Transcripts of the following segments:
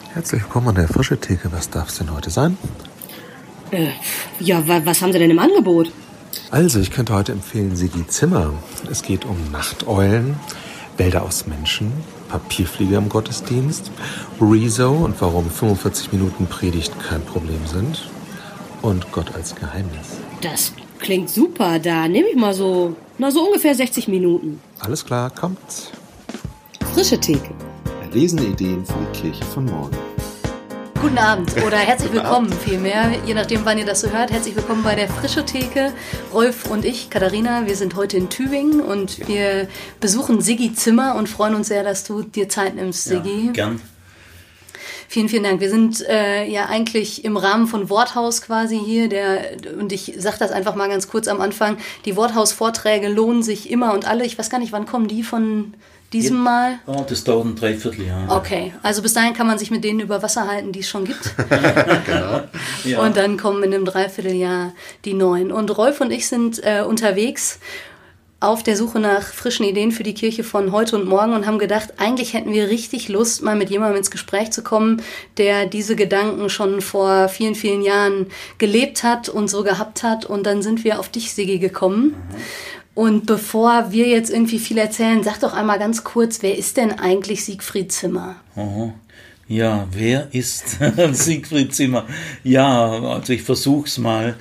Herzlich willkommen an der Frische Theke. Was darf es denn heute sein? Was haben Sie denn im Angebot? Also, ich könnte heute empfehlen Sigi Zimmer. Es geht um Nachteulen, Wälder aus Menschen, Papierflieger im Gottesdienst, Rezo und warum 45 Minuten Predigt kein Problem sind und Gott als Geheimnis. Das klingt super. Da nehme ich mal so ungefähr 60 Minuten. Alles klar, kommt. Frische Theke. Erlesene Ideen für die Kirche von morgen. Guten Abend oder herzlich willkommen vielmehr, je nachdem wann ihr das so hört. Herzlich willkommen bei der Frische Theke. Rolf und ich, Katharina, wir sind heute in Tübingen und wir besuchen Sigi Zimmer und freuen uns sehr, dass du dir Zeit nimmst, Sigi. Ja, gern. Vielen, vielen Dank. Wir sind ja eigentlich im Rahmen von Worthaus quasi hier. Und ich sage das einfach mal ganz kurz am Anfang. Die Worthaus-Vorträge lohnen sich immer und alle. Ich weiß gar nicht, wann kommen die von diesem Mal? Oh, das dauert ein Dreivierteljahr. Okay, also bis dahin kann man sich mit denen über Wasser halten, die es schon gibt. Genau. Ja. Und dann kommen in einem Dreivierteljahr die neuen. Und Rolf und ich sind unterwegs auf der Suche nach frischen Ideen für die Kirche von heute und morgen und haben gedacht, eigentlich hätten wir richtig Lust, mal mit jemandem ins Gespräch zu kommen, der diese Gedanken schon vor vielen, vielen Jahren gelebt hat und so gehabt hat. Und dann sind wir auf dich, Sigi, gekommen. Mhm. Und bevor wir jetzt irgendwie viel erzählen, sag doch einmal ganz kurz, wer ist denn eigentlich Siegfried Zimmer? Oh. Ja, wer ist Siegfried Zimmer? Ja, also ich versuch's mal.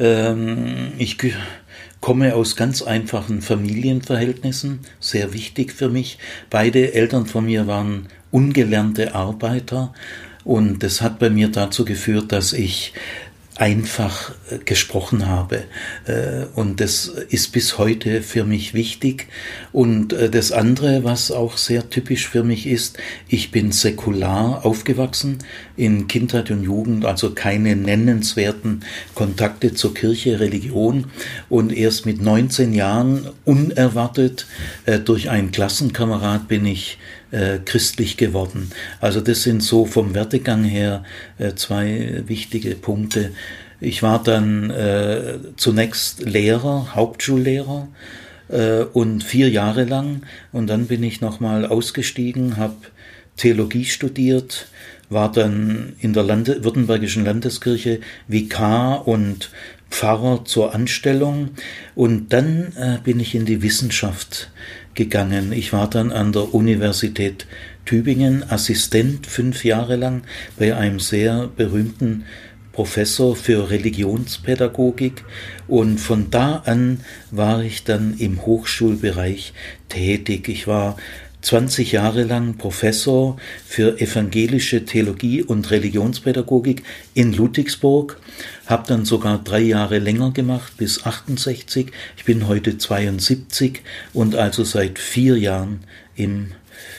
Ich komme aus ganz einfachen Familienverhältnissen, sehr wichtig für mich. Beide Eltern von mir waren ungelernte Arbeiter und das hat bei mir dazu geführt, dass ich einfach gesprochen habe und das ist bis heute für mich wichtig. Und das andere, was auch sehr typisch für mich ist, ich bin säkular aufgewachsen in Kindheit und Jugend, also keine nennenswerten Kontakte zur Kirche, Religion, und erst mit 19 Jahren unerwartet durch einen Klassenkamerad bin ich christlich geworden. Also das sind so vom Werdegang her zwei wichtige Punkte. Ich war dann zunächst Lehrer, Hauptschullehrer und 4 Jahre lang, und dann bin ich nochmal ausgestiegen, habe Theologie studiert, war dann in der Württembergischen Landeskirche Vikar und Pfarrer zur Anstellung, und dann bin ich in die Wissenschaft gegangen. Ich war dann an der Universität Tübingen Assistent 5 Jahre lang bei einem sehr berühmten Professor für Religionspädagogik, und von da an war ich dann im Hochschulbereich tätig. Ich war 20 Jahre lang Professor für evangelische Theologie und Religionspädagogik in Ludwigsburg, habe dann sogar 3 Jahre länger gemacht, bis 68. Ich bin heute 72 und also seit 4 Jahren im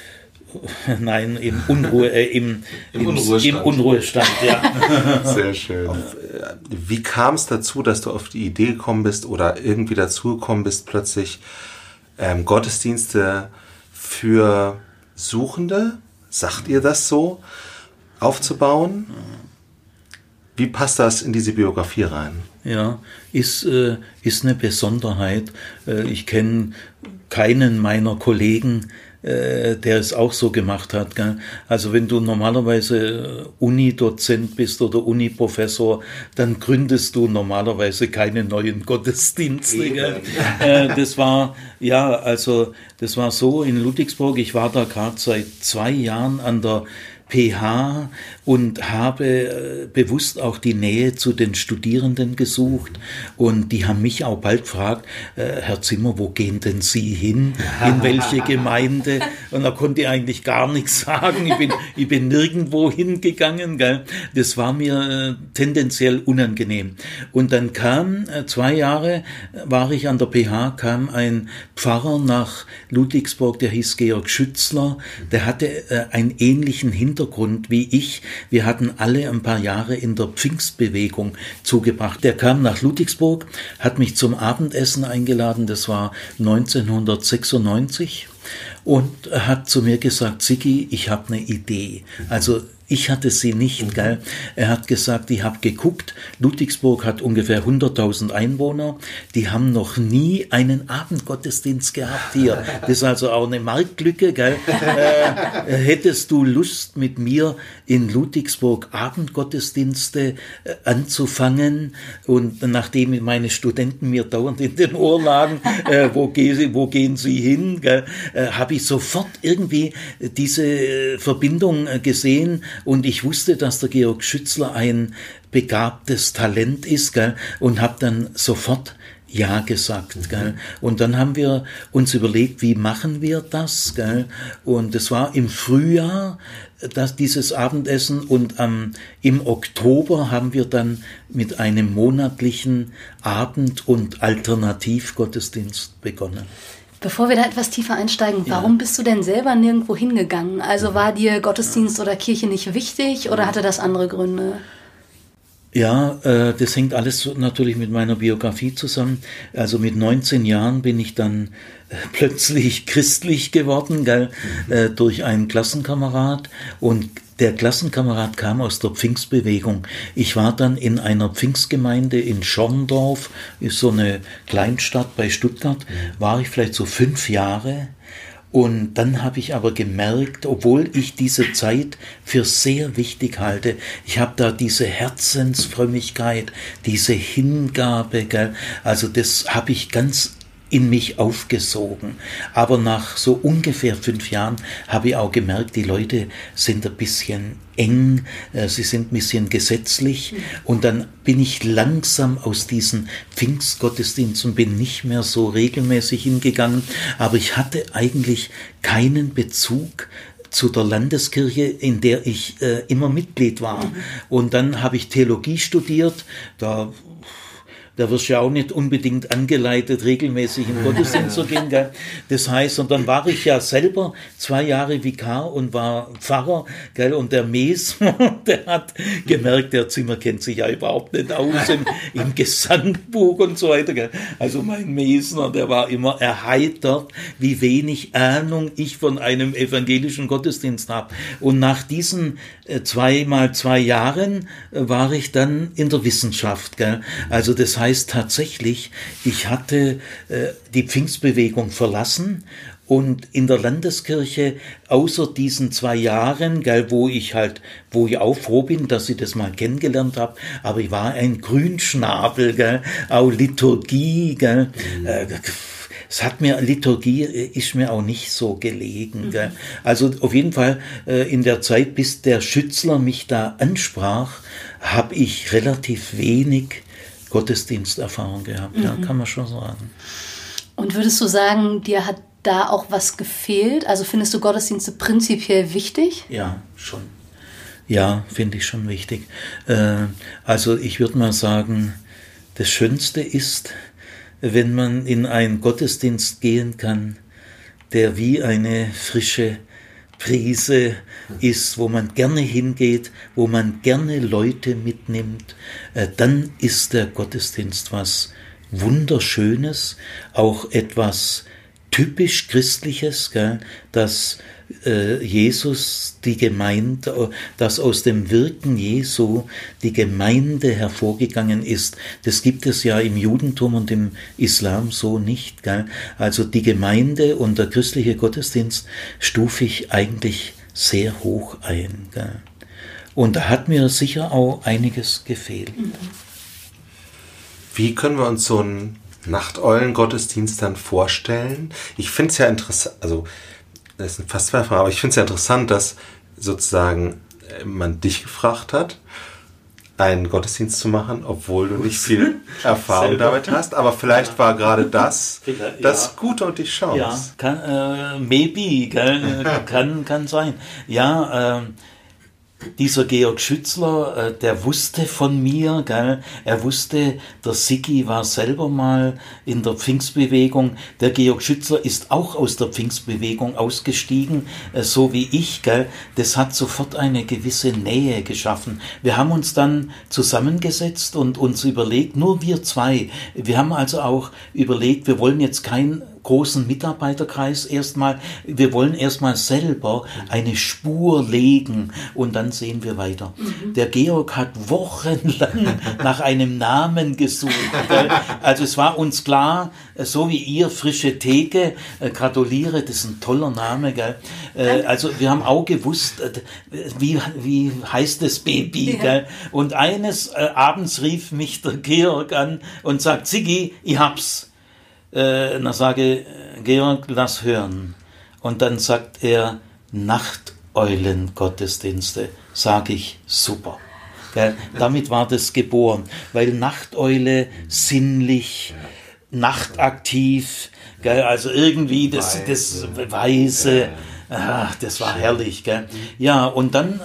Unruhestand. Ja. Sehr schön. Wie kam es dazu, dass du auf die Idee gekommen bist oder irgendwie dazu gekommen bist, plötzlich Gottesdienste für Suchende, sagt ihr das so, aufzubauen? Wie passt das in diese Biografie rein? Ja, ist eine Besonderheit. Ich kenne keinen meiner Kollegen, der es auch so gemacht hat. Gell? Also wenn du normalerweise Uni-Dozent bist oder Uni-Professor, dann gründest du normalerweise keine neuen Gottesdienste. Gell? Das war so in Ludwigsburg. Ich war da gerade seit 2 Jahren an der PH und habe bewusst auch die Nähe zu den Studierenden gesucht, und die haben mich auch bald gefragt, Herr Zimmer, wo gehen denn Sie hin, in welche Gemeinde? Und da konnte ich eigentlich gar nichts sagen, ich bin nirgendwo hingegangen, gell? Das war mir tendenziell unangenehm. Und dann kam 2 Jahre, war ich an der PH, kam ein Pfarrer nach Ludwigsburg, der hieß Georg Schützler, der hatte einen ähnlichen Hintergrund wie ich. Wir hatten alle ein paar Jahre in der Pfingstbewegung zugebracht. Der kam nach Ludwigsburg, hat mich zum Abendessen eingeladen, das war 1996, und hat zu mir gesagt, Sigi, ich habe eine Idee. Also Ich hatte sie nicht, gell. Er hat gesagt, ich habe geguckt, Ludwigsburg hat ungefähr 100.000 Einwohner, die haben noch nie einen Abendgottesdienst gehabt hier. Das ist also auch eine Marktlücke, gell. Hättest du Lust, mit mir in Ludwigsburg Abendgottesdienste anzufangen? Und nachdem meine Studenten mir dauernd in den Ohr lagen, wo gehen sie hin, habe ich sofort irgendwie diese Verbindung gesehen und ich wusste, dass der Georg Schützler ein begabtes Talent ist, und habe dann sofort Ja gesagt, gell. Und dann haben wir uns überlegt, wie machen wir das, gell. Und es war im Frühjahr, dieses Abendessen, und im Oktober haben wir dann mit einem monatlichen Abend- und Alternativgottesdienst begonnen. Bevor wir da etwas tiefer einsteigen, warum bist du denn selber nirgendwo hingegangen? Also war dir Gottesdienst oder Kirche nicht wichtig oder hatte das andere Gründe? Ja, das hängt alles natürlich mit meiner Biografie zusammen. Also mit 19 Jahren bin ich dann plötzlich christlich geworden, durch einen Klassenkamerad, und der Klassenkamerad kam aus der Pfingstbewegung. Ich war dann in einer Pfingstgemeinde in Schorndorf, ist so eine Kleinstadt bei Stuttgart, war ich vielleicht so 5 Jahre. Und dann habe ich aber gemerkt, obwohl ich diese Zeit für sehr wichtig halte, ich habe da diese Herzensfrömmigkeit, diese Hingabe, also das habe ich ganz in mich aufgesogen. Aber nach so ungefähr 5 Jahren habe ich auch gemerkt, die Leute sind ein bisschen eng, sie sind ein bisschen gesetzlich, und dann bin ich langsam aus diesen Pfingstgottesdiensten, bin nicht mehr so regelmäßig hingegangen, aber ich hatte eigentlich keinen Bezug zu der Landeskirche, in der ich immer Mitglied war. Und dann habe ich Theologie studiert, da wirst du ja auch nicht unbedingt angeleitet, regelmäßig in den Gottesdienst zu gehen. Gell? Das heißt, und dann war ich ja selber 2 Jahre Vikar und war Pfarrer. Gell? Und der Mesmer, der hat gemerkt, der Zimmer kennt sich ja überhaupt nicht aus im Gesangbuch und so weiter. Gell? Also mein Mesner, der war immer erheitert, wie wenig Ahnung ich von einem evangelischen Gottesdienst habe. Und nach diesen 2 mal 2 Jahren war ich dann in der Wissenschaft. Gell? Also das heißt tatsächlich, ich hatte die Pfingstbewegung verlassen und in der Landeskirche, außer diesen 2 Jahren, wo ich auch froh bin, dass ich das mal kennengelernt habe, aber ich war ein Grünschnabel, auch Liturgie, Liturgie ist mir auch nicht so gelegen. Also auf jeden Fall in der Zeit, bis der Schützler mich da ansprach, habe ich relativ wenig Gottesdiensterfahrung gehabt, ja, kann man schon sagen. Und würdest du sagen, dir hat da auch was gefehlt? Also findest du Gottesdienste prinzipiell wichtig? Ja, schon. Ja, finde ich schon wichtig. Also ich würde mal sagen, das Schönste ist, wenn man in einen Gottesdienst gehen kann, der wie eine frische Prise ist, wo man gerne hingeht, wo man gerne Leute mitnimmt, dann ist der Gottesdienst was Wunderschönes, auch etwas typisch Christliches, dass Jesus die Gemeinde, dass aus dem Wirken Jesu die Gemeinde hervorgegangen ist. Das gibt es ja im Judentum und im Islam so nicht. Also die Gemeinde und der christliche Gottesdienst stufe ich eigentlich sehr hoch ein. Und da hat mir sicher auch einiges gefehlt. Wie können wir uns so einen Nachteulen-Gottesdienst dann vorstellen? Ich finde es ja interessant, also das sind fast 2 Fragen, aber ich finde es ja interessant, dass sozusagen man dich gefragt hat, einen Gottesdienst zu machen, obwohl du nicht viel Erfahrung damit hast, aber vielleicht war gerade das Gute und die Chance. Ja, kann, maybe, kann sein. Ja, dieser Georg Schützler, der wusste von mir, er wusste, der Siggi war selber mal in der Pfingstbewegung, der Georg Schützler ist auch aus der Pfingstbewegung ausgestiegen, so wie ich, das hat sofort eine gewisse Nähe geschaffen. Wir haben uns dann zusammengesetzt und uns überlegt, nur wir 2, wir haben also auch überlegt, wir wollen jetzt kein großen Mitarbeiterkreis erstmal. Wir wollen erstmal selber eine Spur legen und dann sehen wir weiter. Der Georg hat wochenlang nach einem Namen gesucht. Also es war uns klar, so wie ihr, frische Theke, gratuliere, das ist ein toller Name. Gell? Also wir haben auch gewusst, wie heißt das Baby. Ja. Gell? Und eines Abends rief mich der Georg an und sagt, Ziggy, ich hab's. Dann sage Georg, lass hören. Und dann sagt er, Nachteulen-Gottesdienste. Sage ich, super. Gell? Damit war das geboren, weil Nachteule sinnlich, nachtaktiv, gell? Also irgendwie das Weise, das war herrlich. Gell? Ja, und dann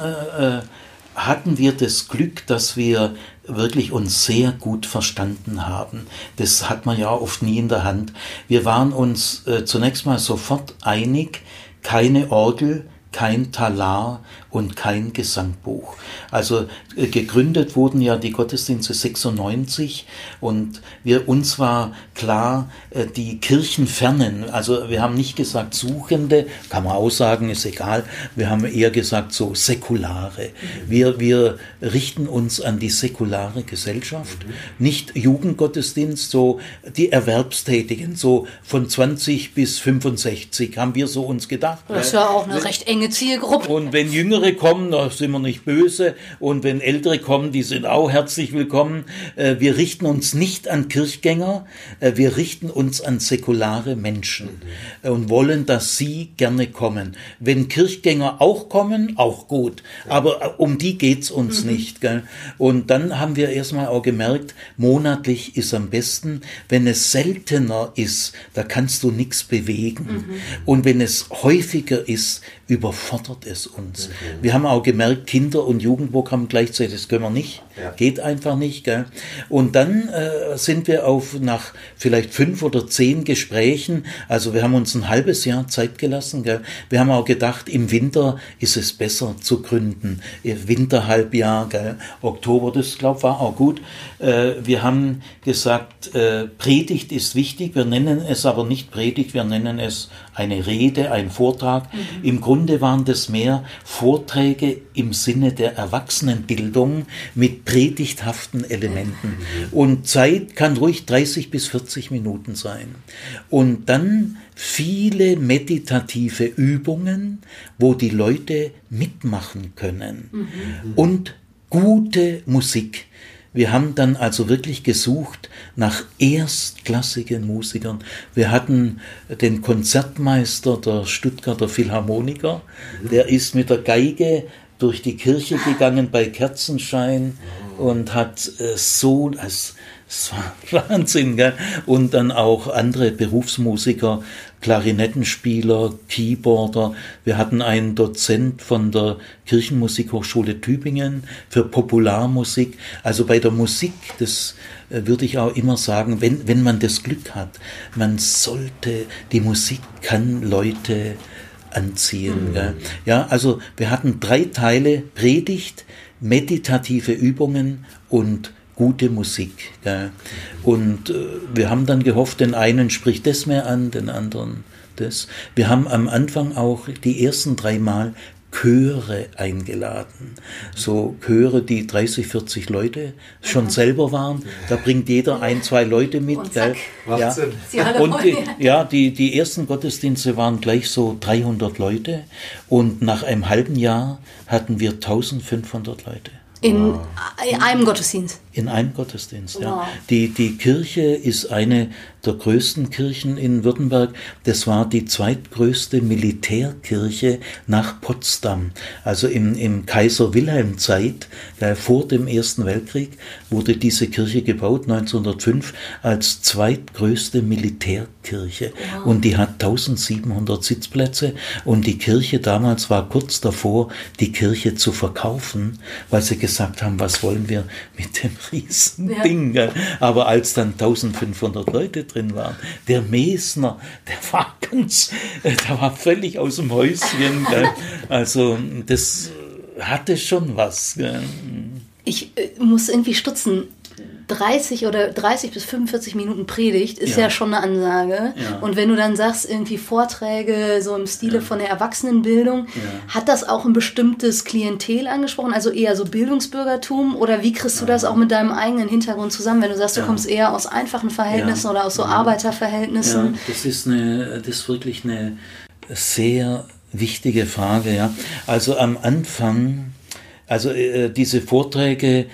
hatten wir das Glück, dass wir wirklich uns sehr gut verstanden haben. Das hat man ja oft nie in der Hand. Wir waren uns zunächst mal sofort einig, keine Orgel, kein Talar und kein Gesangbuch. Also gegründet wurden ja die Gottesdienste 96 und uns war klar, die Kirchenfernen, also wir haben nicht gesagt Suchende, kann man auch sagen, ist egal, wir haben eher gesagt so Säkulare. Wir richten uns an die säkulare Gesellschaft, nicht Jugendgottesdienst, so die Erwerbstätigen, so von 20 bis 65 haben wir so uns gedacht. Das ist ja auch eine recht enge Zielgruppe. Und wenn Jüngere kommen, da sind wir nicht böse. Und wenn Ältere kommen, die sind auch herzlich willkommen. Wir richten uns nicht an Kirchgänger, wir richten uns an säkulare Menschen und wollen, dass sie gerne kommen. Wenn Kirchgänger auch kommen, auch gut. Aber um die geht's uns nicht. Gell? Und dann haben wir erstmal auch gemerkt, monatlich ist am besten. Wenn es seltener ist, da kannst du nichts bewegen. Und wenn es häufiger ist, überfordert es uns. Wir haben auch gemerkt, Kinder- und Jugendprogramm gleichzeitig, das können wir nicht. Ja. Geht einfach nicht. Gell? Und dann sind wir nach vielleicht 5 oder 10 Gesprächen, also wir haben uns ein halbes Jahr Zeit gelassen. Gell? Wir haben auch gedacht, im Winter ist es besser zu gründen. Winterhalbjahr, gell? Oktober, das glaube ich war auch gut. Wir haben gesagt, Predigt ist wichtig, wir nennen es aber nicht Predigt, wir nennen es eine Rede, ein Vortrag. Im Grunde waren das mehr Vorträge im Sinne der Erwachsenenbildung mit predigthaften Elementen. Und Zeit kann ruhig 30 bis 40 Minuten sein. Und dann viele meditative Übungen, wo die Leute mitmachen können. Und gute Musik. Wir haben dann also wirklich gesucht nach erstklassigen Musikern. Wir hatten den Konzertmeister der Stuttgarter Philharmoniker, der ist mit der Geige durch die Kirche gegangen bei Kerzenschein und hat das war Wahnsinn, gell? Und dann auch andere Berufsmusiker, Klarinettenspieler, Keyboarder. Wir hatten einen Dozent von der Kirchenmusikhochschule Tübingen für Popularmusik. Also bei der Musik, das würde ich auch immer sagen, wenn man das Glück hat, die Musik kann Leute anziehen. Gell? Ja, also wir hatten 3 Teile, Predigt, meditative Übungen und gute Musik. Gell? Und wir haben dann gehofft, den einen spricht das mehr an, den anderen das. Wir haben am Anfang auch die ersten 3 Mal Chöre eingeladen. So Chöre, die 30, 40 Leute schon selber waren. Da bringt jeder 1, 2 Leute mit. Und zack, ja. Und die ersten Gottesdienste waren gleich so 300 Leute. Und nach einem halben Jahr hatten wir 1500 Leute. In einem Gottesdienst? In einem Gottesdienst, ja. Wow. Die Kirche ist eine der größten Kirchen in Württemberg. Das war die zweitgrößte Militärkirche nach Potsdam. Also im Kaiser-Wilhelm-Zeit, vor dem Ersten Weltkrieg, wurde diese Kirche gebaut, 1905, als zweitgrößte Militärkirche. Wow. Und die hat 1700 Sitzplätze. Und die Kirche damals war kurz davor, die Kirche zu verkaufen, weil sie gesagt haben, was wollen wir mit dem Riesending. Ja. Aber als dann 1500 Leute drin waren, der Mesner, der war völlig aus dem Häuschen. Gell. Also das hatte schon was. Gell. Ich muss irgendwie stutzen. 30 bis 45 Minuten Predigt ist ja schon eine Ansage. Ja. Und wenn du dann sagst, irgendwie Vorträge so im Stile von der Erwachsenenbildung, hat das auch ein bestimmtes Klientel angesprochen? Also eher so Bildungsbürgertum? Oder wie kriegst du das auch mit deinem eigenen Hintergrund zusammen, wenn du sagst, du kommst eher aus einfachen Verhältnissen oder aus so Arbeiterverhältnissen? Ja, das ist wirklich eine sehr wichtige Frage. Ja. Also am Anfang... Also diese Vorträge,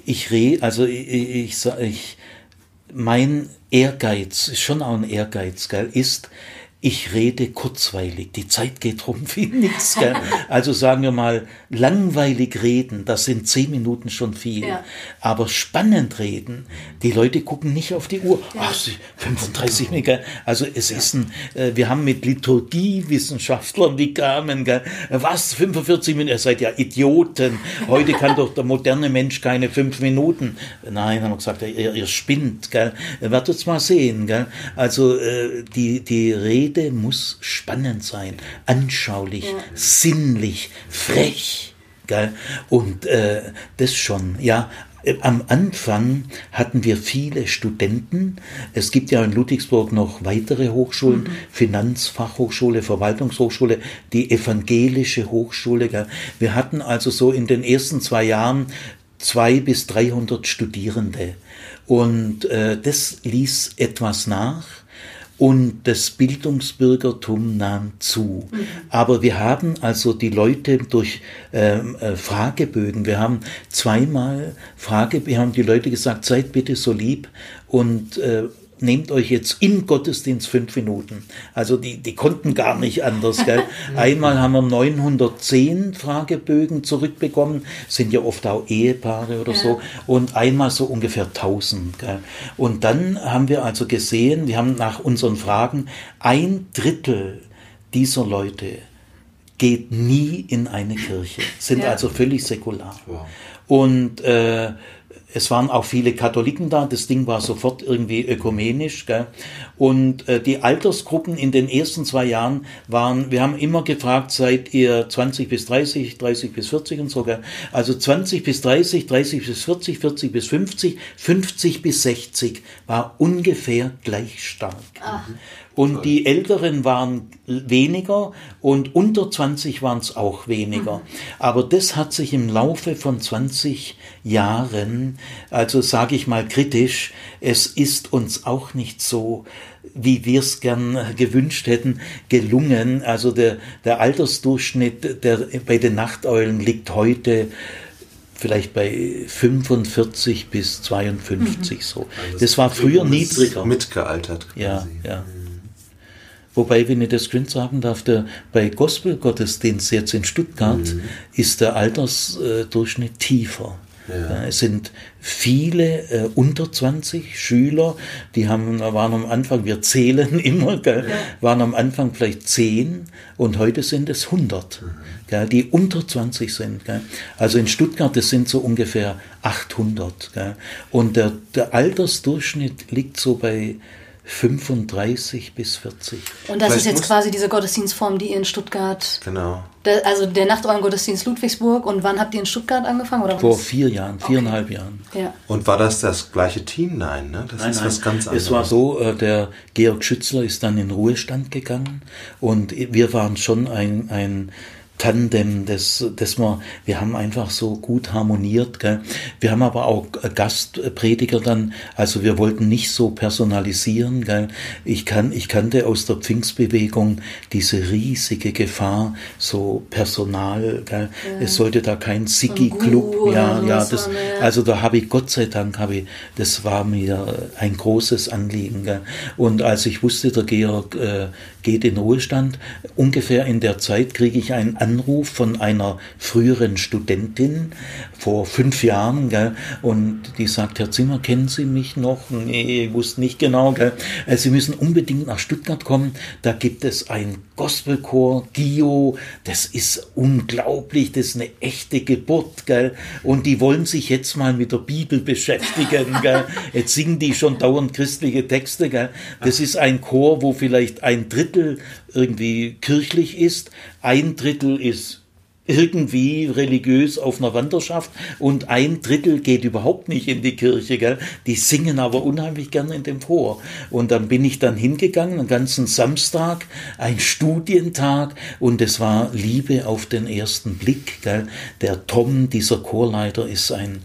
mein Ehrgeiz, ist schon auch ein Ehrgeiz, gell, ist, ich rede kurzweilig, die Zeit geht rum wie nichts, gell. Also sagen wir mal, langweilig reden, das sind 10 Minuten schon viel. Ja. Aber spannend reden, die Leute gucken nicht auf die Uhr. Ja. Ach, 35 Minuten, gell. Also es ist wir haben mit Liturgiewissenschaftlern, die kamen, gell. Was, 45 Minuten? Ihr seid ja Idioten. Heute kann doch der moderne Mensch keine 5 Minuten. Nein, haben wir gesagt, ihr spinnt, gell. Ihr werdet es mal sehen, gell. Also die Rede muss spannend sein, anschaulich, sinnlich, frech, gell? Und das schon, ja. Am Anfang hatten wir viele Studenten. Es gibt ja in Ludwigsburg noch weitere Hochschulen, Finanzfachhochschule, Verwaltungshochschule, die evangelische Hochschule, gell? Wir hatten also so in den ersten 2 Jahren 200 bis 300 Studierende. Und das ließ etwas nach. Und das Bildungsbürgertum nahm zu. Aber wir haben also die Leute durch Fragebögen, wir haben zweimal wir haben die Leute gesagt, seid bitte so lieb und nehmt euch jetzt im Gottesdienst 5 Minuten. Also die konnten gar nicht anders. Gell? Einmal haben wir 910 Fragebögen zurückbekommen, sind ja oft auch Ehepaare oder so, und einmal so ungefähr 1000. Gell? Und dann haben wir also gesehen, wir haben nach unseren Fragen 1/3 dieser Leute geht nie in eine Kirche, sind also völlig säkular. Wow. Und es waren auch viele Katholiken da, das Ding war sofort irgendwie ökumenisch, gell? Und die Altersgruppen in den ersten 2 Jahren wir haben immer gefragt, seid ihr 20 bis 30, 30 bis 40 und so, gell? Also 20 bis 30, 30 bis 40, 40 bis 50, 50 bis 60 war ungefähr gleich stark. Ach. Und die Älteren waren weniger und unter 20 waren es auch weniger. Aber das hat sich im Laufe von 20 Jahren, also sage ich mal kritisch, es ist uns auch nicht so, wie wir es gern gewünscht hätten, gelungen. Also der Altersdurchschnitt bei den Nachteulen liegt heute vielleicht bei 45 bis 52 so. Also das war früher niedriger. Mitgealtert quasi. Ja, ja. Wobei, wenn ich das schön sagen darf, bei Gospelgottesdienst jetzt in Stuttgart ist der Altersdurchschnitt tiefer. Ja. Es sind viele unter 20 Schüler, waren am Anfang, wir zählen immer, gell, waren am Anfang vielleicht 10 und heute sind es 100, gell, die unter 20 sind. Gell. Also in Stuttgart, das sind so ungefähr 800. Gell. Und der Altersdurchschnitt liegt so bei 35 bis 40. Und das ist jetzt quasi diese Gottesdienstform, die ihr in Stuttgart... Genau. Also der Nachteulen-Gottesdienst Ludwigsburg. Und wann habt ihr in Stuttgart angefangen? Oder vor 4 Jahren, 4,5 Jahren. Ja. Und war das gleiche Team? Nein, ne? Das ist was ganz anderes. Es war so, der Georg Schützler ist dann in Ruhestand gegangen und wir waren schon ein Tandem, wir haben einfach so gut harmoniert, gell. Wir haben aber auch Gastprediger dann, also wir wollten nicht so personalisieren, gell. Ich kannte aus der Pfingstbewegung diese riesige Gefahr, so Personal, gell. Ja. Es sollte da kein Siggi-Club, also da habe ich, Gott sei Dank das war mir ein großes Anliegen, gell. Und als ich wusste, der Georg geht in Ruhestand, ungefähr in der Zeit kriege ich einen Anruf von einer früheren Studentin vor 5 Jahren, gell, und die sagt, Herr Zimmer, kennen Sie mich noch? Nee, ich wusste nicht genau, gell. Sie müssen unbedingt nach Stuttgart kommen, da gibt es ein Gospelchor, Gio, das ist unglaublich, das ist eine echte Geburt, gell, und die wollen sich jetzt mal mit der Bibel beschäftigen, gell. Jetzt singen die schon dauernd christliche Texte, gell. Das ist ein Chor, wo vielleicht 1/3 irgendwie kirchlich ist, 1/3 ist irgendwie religiös auf einer Wanderschaft und 1/3 geht überhaupt nicht in die Kirche, gell? Die singen aber unheimlich gerne in dem Chor. Und dann bin ich dann hingegangen, einen ganzen Samstag, ein Studientag, und es war Liebe auf den ersten Blick, gell? Der Tom, dieser Chorleiter, ist ein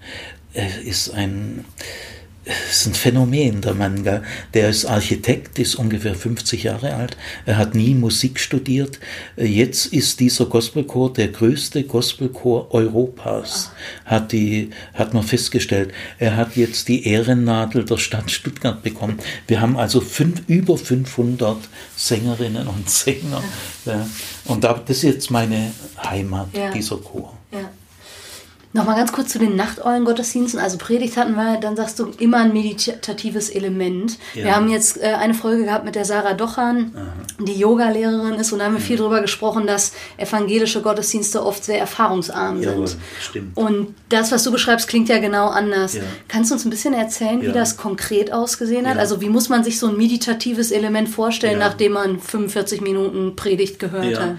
Phänomen, der Mann. Gell? Der ist Architekt, ist ungefähr 50 Jahre alt. Er hat nie Musik studiert. Jetzt ist dieser Gospelchor der größte Gospelchor Europas, hat man festgestellt. Er hat jetzt die Ehrennadel der Stadt Stuttgart bekommen. Wir haben also über 500 Sängerinnen und Sänger. Ja. Und das ist jetzt meine Heimat, dieser Chor. Ja. Nochmal ganz kurz zu den Nachteulen-Gottesdiensten. Also Predigt hatten wir, dann sagst du, immer ein meditatives Element. Ja. Wir haben jetzt eine Folge gehabt mit der Sarah Dochan, die Yoga-Lehrerin ist, und da haben wir viel darüber gesprochen, dass evangelische Gottesdienste oft sehr erfahrungsarm sind. Ja, stimmt. Und das, was du beschreibst, klingt ja genau anders. Ja. Kannst du uns ein bisschen erzählen, wie das konkret ausgesehen hat? Also wie muss man sich so ein meditatives Element vorstellen, nachdem man 45 Minuten Predigt gehört hat?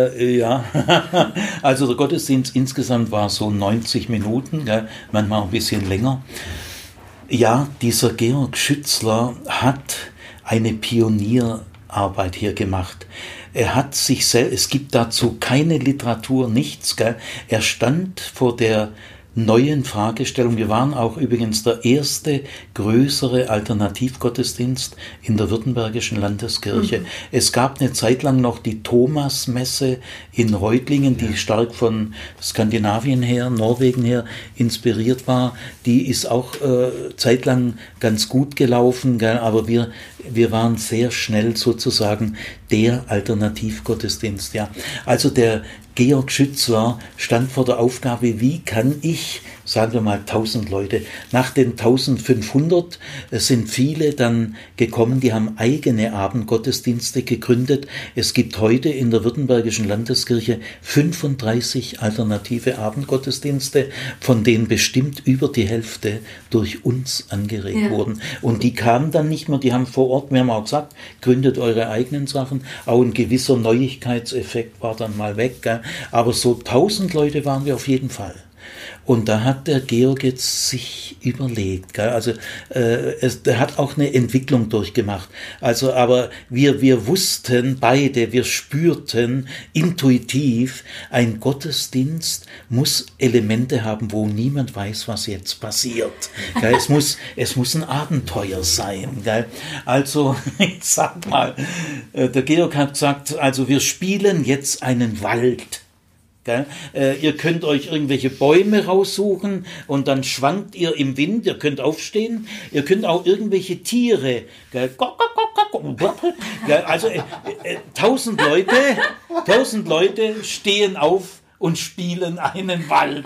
Also der Gottesdienst insgesamt war so 90 Minuten, manchmal ein bisschen länger. Ja, dieser Georg Schützler hat eine Pionierarbeit hier gemacht. Er hat sich selbst, es gibt dazu keine Literatur, nichts. Er stand vor der neuen Fragestellung. Wir waren auch übrigens der erste größere Alternativgottesdienst in der Württembergischen Landeskirche. Es gab eine Zeit lang noch die Thomasmesse in Reutlingen, die stark von Skandinavien her, Norwegen her inspiriert war. Die ist auch zeitlang ganz gut gelaufen, aber wir waren sehr schnell sozusagen der Alternativgottesdienst. Ja. Also der Georg Schützler stand vor der Aufgabe, wie kann ich, sagen wir mal 1000 Leute, nach den 1500 sind viele dann gekommen, die haben eigene Abendgottesdienste gegründet. Es gibt heute in der Württembergischen Landeskirche 35 alternative Abendgottesdienste, von denen bestimmt über die Hälfte durch uns angeregt wurden. Und die kamen dann nicht mehr, die haben vor Ort, wir haben auch gesagt, gründet eure eigenen Sachen. Auch ein gewisser Neuigkeitseffekt war dann mal weg. Gell? Aber so 1000 Leute waren wir auf jeden Fall. Und da hat der Georg jetzt sich überlegt, gell? Also er hat auch eine Entwicklung durchgemacht. Also, aber wir wussten beide, wir spürten intuitiv, ein Gottesdienst muss Elemente haben, wo niemand weiß, was jetzt passiert. Gell? Es muss ein Abenteuer sein. Gell? Also, ich sag mal, der Georg hat gesagt, also wir spielen jetzt einen Wald. Ihr könnt euch irgendwelche Bäume raussuchen und dann schwankt ihr im Wind, ihr könnt aufstehen, ihr könnt auch irgendwelche Tiere, also 1000 Leute stehen auf und spielen einen Wald.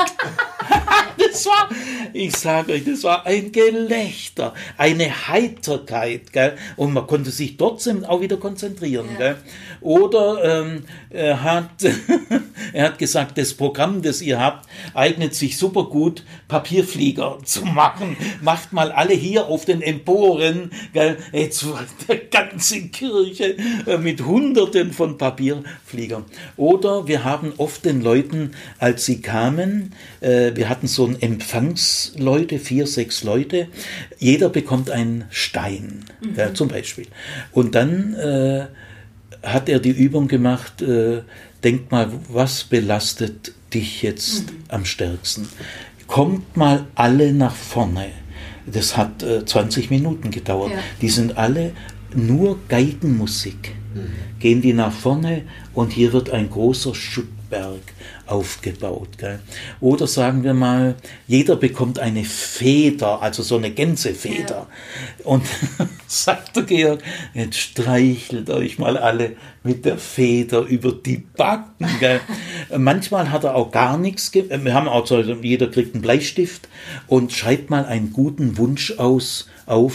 Ich sage euch, das war ein Gelächter, eine Heiterkeit, gell? Und man konnte sich trotzdem auch wieder konzentrieren. Gell? Oder er hat gesagt, das Programm, das ihr habt, eignet sich super gut, Papierflieger zu machen. Macht mal alle hier auf den Emporen, gell? Jetzt war der ganze Kirche mit Hunderten von Papierfliegern. Oder wir haben oft den Leuten, als sie kamen, wir hatten so ein Empfangsleute, 4, 6 Leute, jeder bekommt einen Stein, zum Beispiel. Und dann hat er die Übung gemacht, denk mal, was belastet dich jetzt am stärksten? Kommt mal alle nach vorne. Das hat 20 Minuten gedauert. Ja. Die sind alle nur Geigenmusik. Gehen die nach vorne und hier wird ein großer Schuttberg aufgebaut. Gell? Oder sagen wir mal, jeder bekommt eine Feder, also so eine Gänsefeder. Ja. Und sagt der Georg, jetzt streichelt euch mal alle mit der Feder über die Backen. Gell? Manchmal hat er auch gar nichts. Wir haben auch so, jeder kriegt einen Bleistift und schreibt mal einen guten Wunsch auf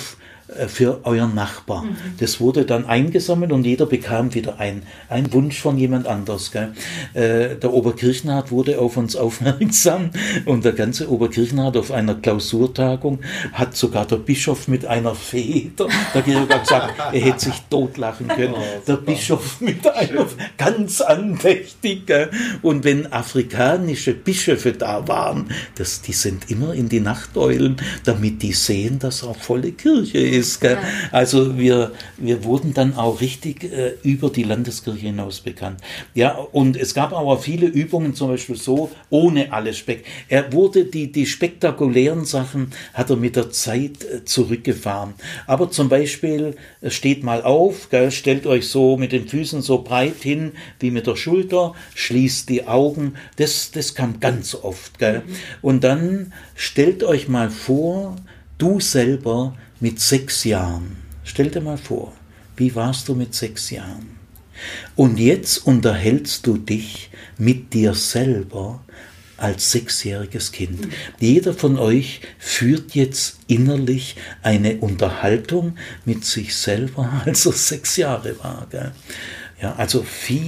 für euren Nachbar. Das wurde dann eingesammelt und jeder bekam wieder ein Wunsch von jemand anders. Gell? Der Oberkirchenrat wurde auf uns aufmerksam und der ganze Oberkirchenrat auf einer Klausurtagung hat sogar der Bischof mit einer Feder, der Georg hat gesagt, er hätte sich totlachen können. Der Bischof mit einer, ganz andächtig. Gell? Und wenn afrikanische Bischöfe da waren, die sind immer in die Nachteulen, damit die sehen, dass auch volle Kirche ist. Gell? Ja. Also wir wurden dann auch richtig über die Landeskirche hinaus bekannt. Ja, und es gab aber viele Übungen, zum Beispiel so, ohne alles Er wurde die spektakulären Sachen hat er mit der Zeit zurückgefahren. Aber zum Beispiel, steht mal auf, gell, stellt euch so mit den Füßen so breit hin, wie mit der Schulter, schließt die Augen, das kam ganz oft. Gell. Und dann stellt euch mal vor, du selber mit 6 Jahren. Stell dir mal vor, wie warst du mit 6 Jahren? Und jetzt unterhältst du dich mit dir selber als 6-jähriges Kind. Jeder von euch führt jetzt innerlich eine Unterhaltung mit sich selber, als er 6 Jahre war. Gell? Ja, also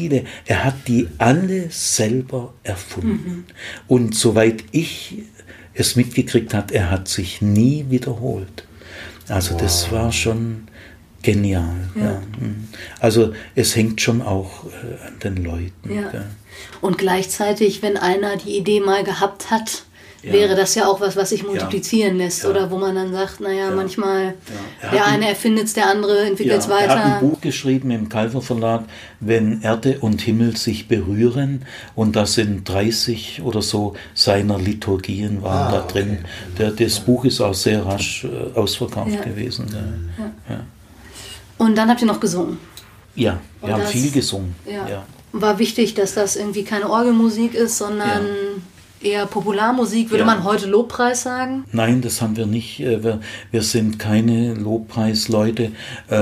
er hat die alle selber erfunden. Und soweit ich es mitgekriegt habe, er hat sich nie wiederholt. Also das war schon genial. Ja. Also es hängt schon auch an den Leuten. Ja. Und gleichzeitig, wenn einer die Idee mal gehabt hat, wäre das ja auch was sich multiplizieren lässt. Oder wo man dann sagt, manchmal der eine erfindet es, der andere entwickelt es weiter. Er hat ein Buch geschrieben im Calver Verlag, wenn Erde und Himmel sich berühren, und da sind 30 oder so seiner Liturgien waren da drin. Das Buch ist auch sehr rasch ausverkauft gewesen. Ja. Und dann habt ihr noch gesungen. Ja, wir haben viel gesungen. Ja. War wichtig, dass das irgendwie keine Orgelmusik ist, sondern eher Popularmusik. Würde man heute Lobpreis sagen? Nein, das haben wir nicht. Wir sind keine Lobpreisleute.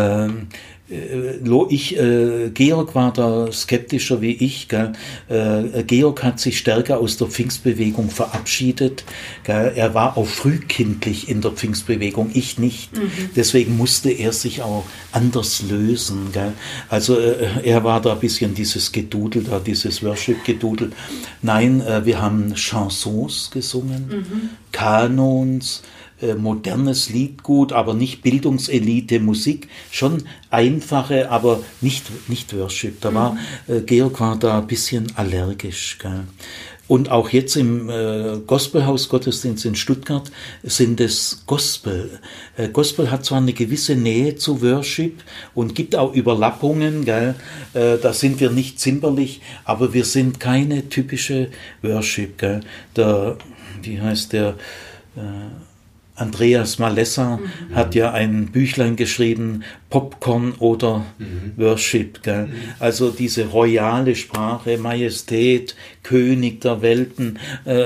Georg war da skeptischer wie ich. Gell? Georg hat sich stärker aus der Pfingstbewegung verabschiedet. Gell? Er war auch frühkindlich in der Pfingstbewegung, ich nicht. Deswegen musste er sich auch anders lösen. Gell? Also er war da ein bisschen dieses Gedudel, dieses Worship-Gedudel. Nein, wir haben Chansons gesungen, Kanons, modernes Liedgut, aber nicht Bildungselite Musik, schon einfache, aber nicht Worship. Georg war da ein bisschen allergisch. Gell? Und auch jetzt im Gospelhaus Gottesdienst in Stuttgart sind es Gospel. Gospel hat zwar eine gewisse Nähe zu Worship und gibt auch Überlappungen, gell? Da sind wir nicht zimperlich, aber wir sind keine typische Worship. Gell? Wie heißt der? Andreas Malessa hat ja ein Büchlein geschrieben, Popcorn oder Worship. Gell? Also diese royale Sprache, Majestät, König der Welten,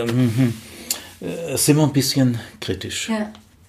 sind wir ein bisschen kritisch. Ja.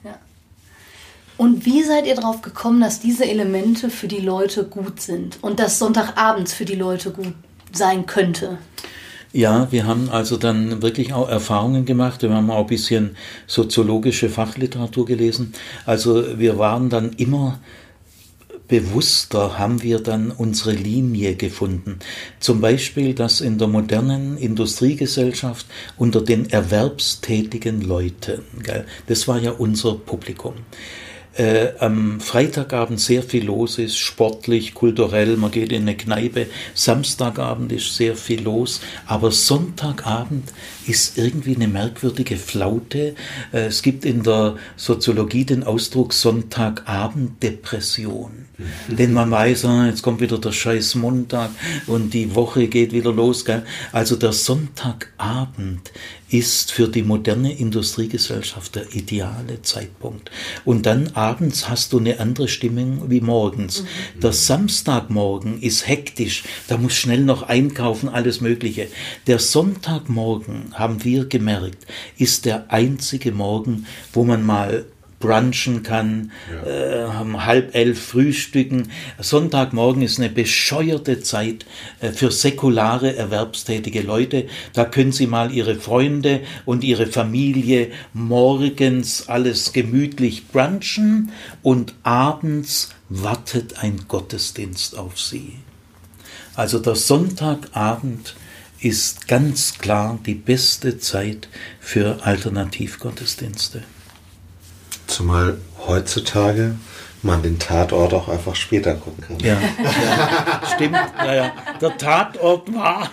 Und wie seid ihr darauf gekommen, dass diese Elemente für die Leute gut sind und dass Sonntagabends für die Leute gut sein könnte? Ja, wir haben also dann wirklich auch Erfahrungen gemacht. Wir haben auch ein bisschen soziologische Fachliteratur gelesen. Also wir waren dann immer bewusster, haben wir dann unsere Linie gefunden. Zum Beispiel, dass in der modernen Industriegesellschaft unter den erwerbstätigen Leuten, das war ja unser Publikum, am Freitagabend sehr viel los ist, sportlich, kulturell, man geht in eine Kneipe, Samstagabend ist sehr viel los, aber Sonntagabend ist irgendwie eine merkwürdige Flaute. Es gibt in der Soziologie den Ausdruck Sonntagabend-Depression. Denn man weiß, jetzt kommt wieder der scheiß Montag und die Woche geht wieder los. Gell? Also der Sonntagabend ist für die moderne Industriegesellschaft der ideale Zeitpunkt. Und dann abends hast du eine andere Stimmung wie morgens. Der Samstagmorgen ist hektisch, da muss schnell noch einkaufen, alles Mögliche. Der Sonntagmorgen, haben wir gemerkt, ist der einzige Morgen, wo man mal brunchen kann, 10:30 frühstücken. Sonntagmorgen ist eine bescheuerte Zeit für säkulare, erwerbstätige Leute. Da können sie mal ihre Freunde und ihre Familie morgens alles gemütlich brunchen und abends wartet ein Gottesdienst auf sie. Also der Sonntagabend ist ganz klar die beste Zeit für Alternativgottesdienste. Zumal heutzutage man den Tatort auch einfach später gucken kann. Ja, stimmt. Ja. Der Tatort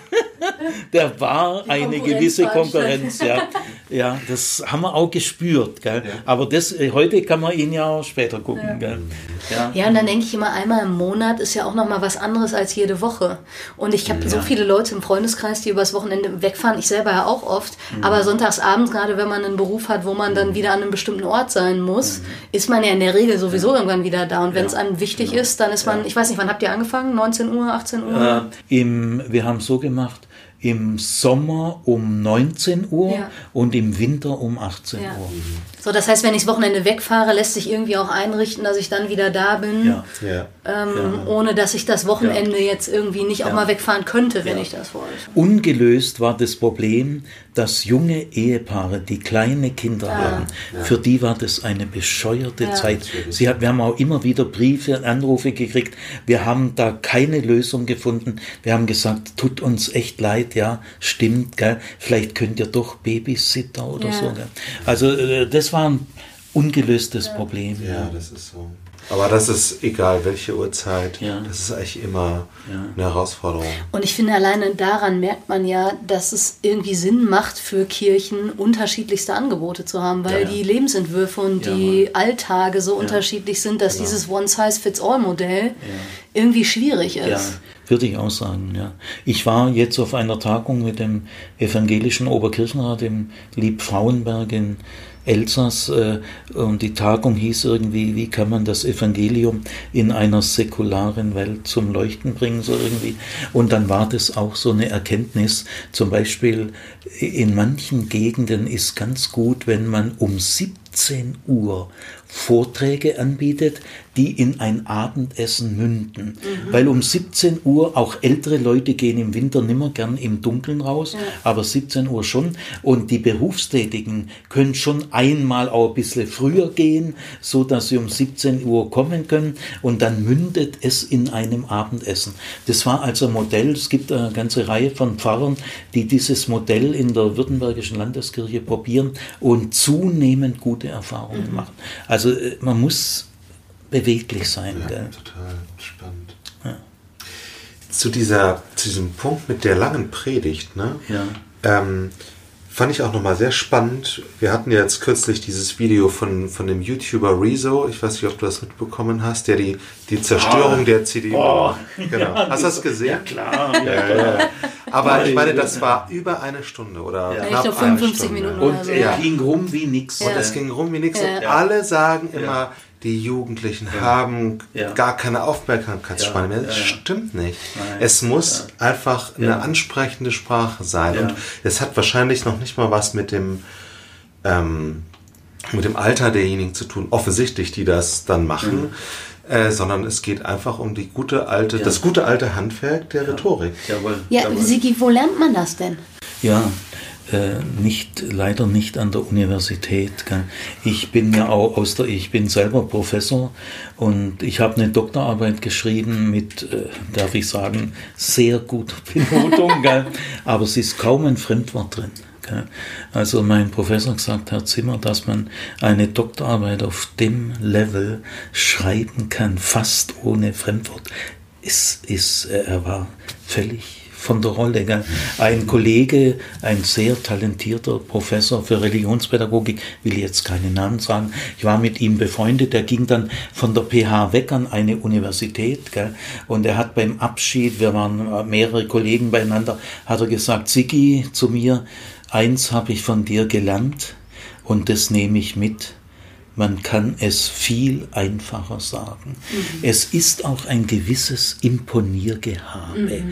war eine gewisse Konkurrenz. Ja, das haben wir auch gespürt. Gell? Ja. Aber heute kann man ihn ja auch später gucken. Ja. Gell? Ja, und dann denke ich immer, einmal im Monat ist ja auch nochmal was anderes als jede Woche. Und ich habe so viele Leute im Freundeskreis, die übers Wochenende wegfahren. Ich selber ja auch oft. Aber sonntagsabends, gerade wenn man einen Beruf hat, wo man dann wieder an einem bestimmten Ort sein muss, ist man ja in der Regel sowieso irgendwann wieder da. Und wenn es einem wichtig ist, dann ist man, ich weiß nicht, wann habt ihr angefangen? 19 Uhr, 18 Uhr? Wir haben so gemacht, im Sommer um 19 Uhr und im Winter um 18 Uhr. So, das heißt, wenn ich das Wochenende wegfahre, lässt sich irgendwie auch einrichten, dass ich dann wieder da bin, ohne dass ich das Wochenende jetzt irgendwie nicht auch mal wegfahren könnte, wenn ich das wollte. Ungelöst war das Problem, dass junge Ehepaare, die kleine Kinder haben, für die war das eine bescheuerte Zeit. Wir haben auch immer wieder Briefe, Anrufe gekriegt. Wir haben da keine Lösung gefunden. Wir haben gesagt, tut uns echt leid, ja, stimmt, gell? Vielleicht könnt ihr doch Babysitter oder so. Gell? Also das war ein ungelöstes Problem. Ja, das ist so. Aber das ist egal, welche Uhrzeit, das ist eigentlich immer eine Herausforderung. Und ich finde, alleine daran merkt man ja, dass es irgendwie Sinn macht für Kirchen, unterschiedlichste Angebote zu haben, weil die Lebensentwürfe und die Alltage so unterschiedlich sind, dass dieses One-Size-Fits-All-Modell irgendwie schwierig ist. Ja, würde ich auch sagen, ja. Ich war jetzt auf einer Tagung mit dem evangelischen Oberkirchenrat im Liebfrauenberg in Elsass und die Tagung hieß irgendwie, wie kann man das Evangelium in einer säkularen Welt zum Leuchten bringen, so irgendwie. Und dann war das auch so eine Erkenntnis, zum Beispiel in manchen Gegenden ist ganz gut, wenn man um 17 Uhr Vorträge anbietet, die in ein Abendessen münden. Weil um 17 Uhr auch ältere Leute gehen im Winter nimmer gern im Dunkeln raus, aber 17 Uhr schon. Und die Berufstätigen können schon einmal auch ein bisschen früher gehen, so dass sie um 17 Uhr kommen können und dann mündet es in einem Abendessen. Das war also ein Modell, es gibt eine ganze Reihe von Pfarrern, die dieses Modell in der Württembergischen Landeskirche probieren und zunehmend gute Erfahrungen machen. Also man muss beweglich sein. Ja, gell? Total spannend. Ja. Zu diesem Punkt mit der langen Predigt, ne? Fand ich auch nochmal sehr spannend. Wir hatten ja jetzt kürzlich dieses Video von dem YouTuber Rezo, ich weiß nicht, ob du das mitbekommen hast, der die Zerstörung der CDU... Genau. Hast du das gesehen? Ja, klar. Ja. Aber ich meine, das war über eine Stunde oder knapp ich glaube 55 Minuten. Und ging rum wie nix. Und es ging rum wie nix. Und alle sagen immer, die Jugendlichen haben gar keine Aufmerksamkeitsspanne mehr. Das stimmt nicht. Nein. Es muss einfach eine ansprechende Sprache sein. Und es hat wahrscheinlich noch nicht mal was mit dem Alter derjenigen zu tun, offensichtlich, die das dann machen. Sondern es geht einfach um das gute alte Handwerk der Rhetorik. Jawohl. Sigi, wo lernt man das denn? Ja, leider nicht an der Universität. Gell. Ich bin ja auch ich bin selber Professor und ich habe eine Doktorarbeit geschrieben mit, darf ich sagen, sehr guter Benotung, gell. Aber es ist kaum ein Fremdwort drin. Also mein Professor gesagt, Herr Zimmer, dass man eine Doktorarbeit auf dem Level schreiben kann, fast ohne Fremdwort, er war völlig von der Rolle. Gell? Ein Kollege, ein sehr talentierter Professor für Religionspädagogik, will jetzt keine Namen sagen, ich war mit ihm befreundet, der ging dann von der PH weg an eine Universität, gell? Und er hat beim Abschied, wir waren mehrere Kollegen beieinander, hat er gesagt, Sigi, zu mir, eins habe ich von dir gelernt und das nehme ich mit. Man kann es viel einfacher sagen. Es ist auch ein gewisses Imponiergehabe.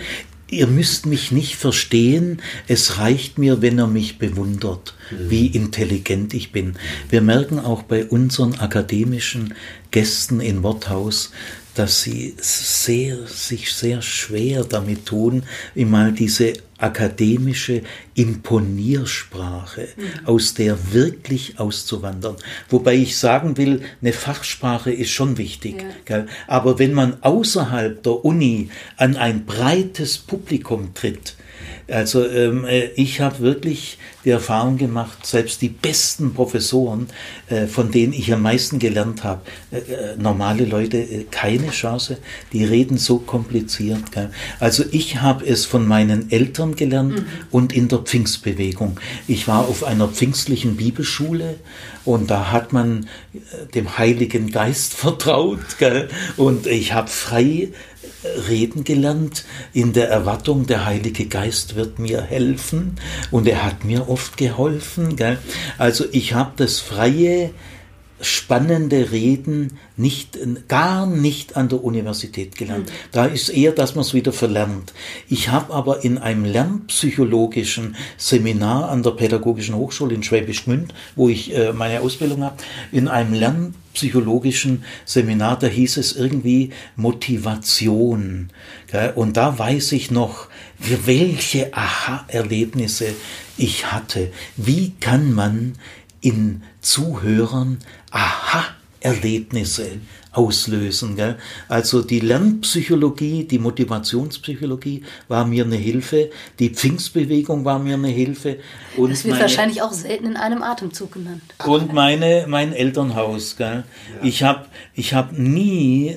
ihr müsst mich nicht verstehen, es reicht mir, wenn ihr mich bewundert, wie intelligent ich bin. Wir merken auch bei unseren akademischen Gästen in Worthaus, dass sie sich sehr schwer damit tun, mal diese akademische Imponiersprache, aus der wirklich auszuwandern. Wobei ich sagen will, eine Fachsprache ist schon wichtig. Gell? Aber wenn man außerhalb der Uni an ein breites Publikum tritt, also ich habe wirklich die Erfahrung gemacht, selbst die besten Professoren, von denen ich am meisten gelernt habe, normale Leute, keine Chance, die reden so kompliziert. Gell? Also ich habe es von meinen Eltern gelernt und in der Pfingstbewegung. Ich war auf einer pfingstlichen Bibelschule und da hat man dem Heiligen Geist vertraut, gell? Und ich habe frei reden gelernt, in der Erwartung, der Heilige Geist wird mir helfen, und er hat mir oft geholfen. Gell? Also ich habe das freie, spannende Reden gar nicht an der Universität gelernt. Da ist eher, dass man es wieder verlernt. Ich habe aber in einem lernpsychologischen Seminar an der Pädagogischen Hochschule in Schwäbisch Gmünd, wo ich meine Ausbildung habe, in einem lernpsychologischen Seminar, da hieß es irgendwie Motivation. Gell? Und da weiß ich noch, welche Aha-Erlebnisse ich hatte. Wie kann man in Zuhörern Aha-Erlebnisse auslösen. Gell? Also die Lernpsychologie, die Motivationspsychologie war mir eine Hilfe, die Pfingstbewegung war mir eine Hilfe. Und das wird wahrscheinlich auch selten in einem Atemzug genannt. Und mein Elternhaus. Gell? Ja. Ich hab nie,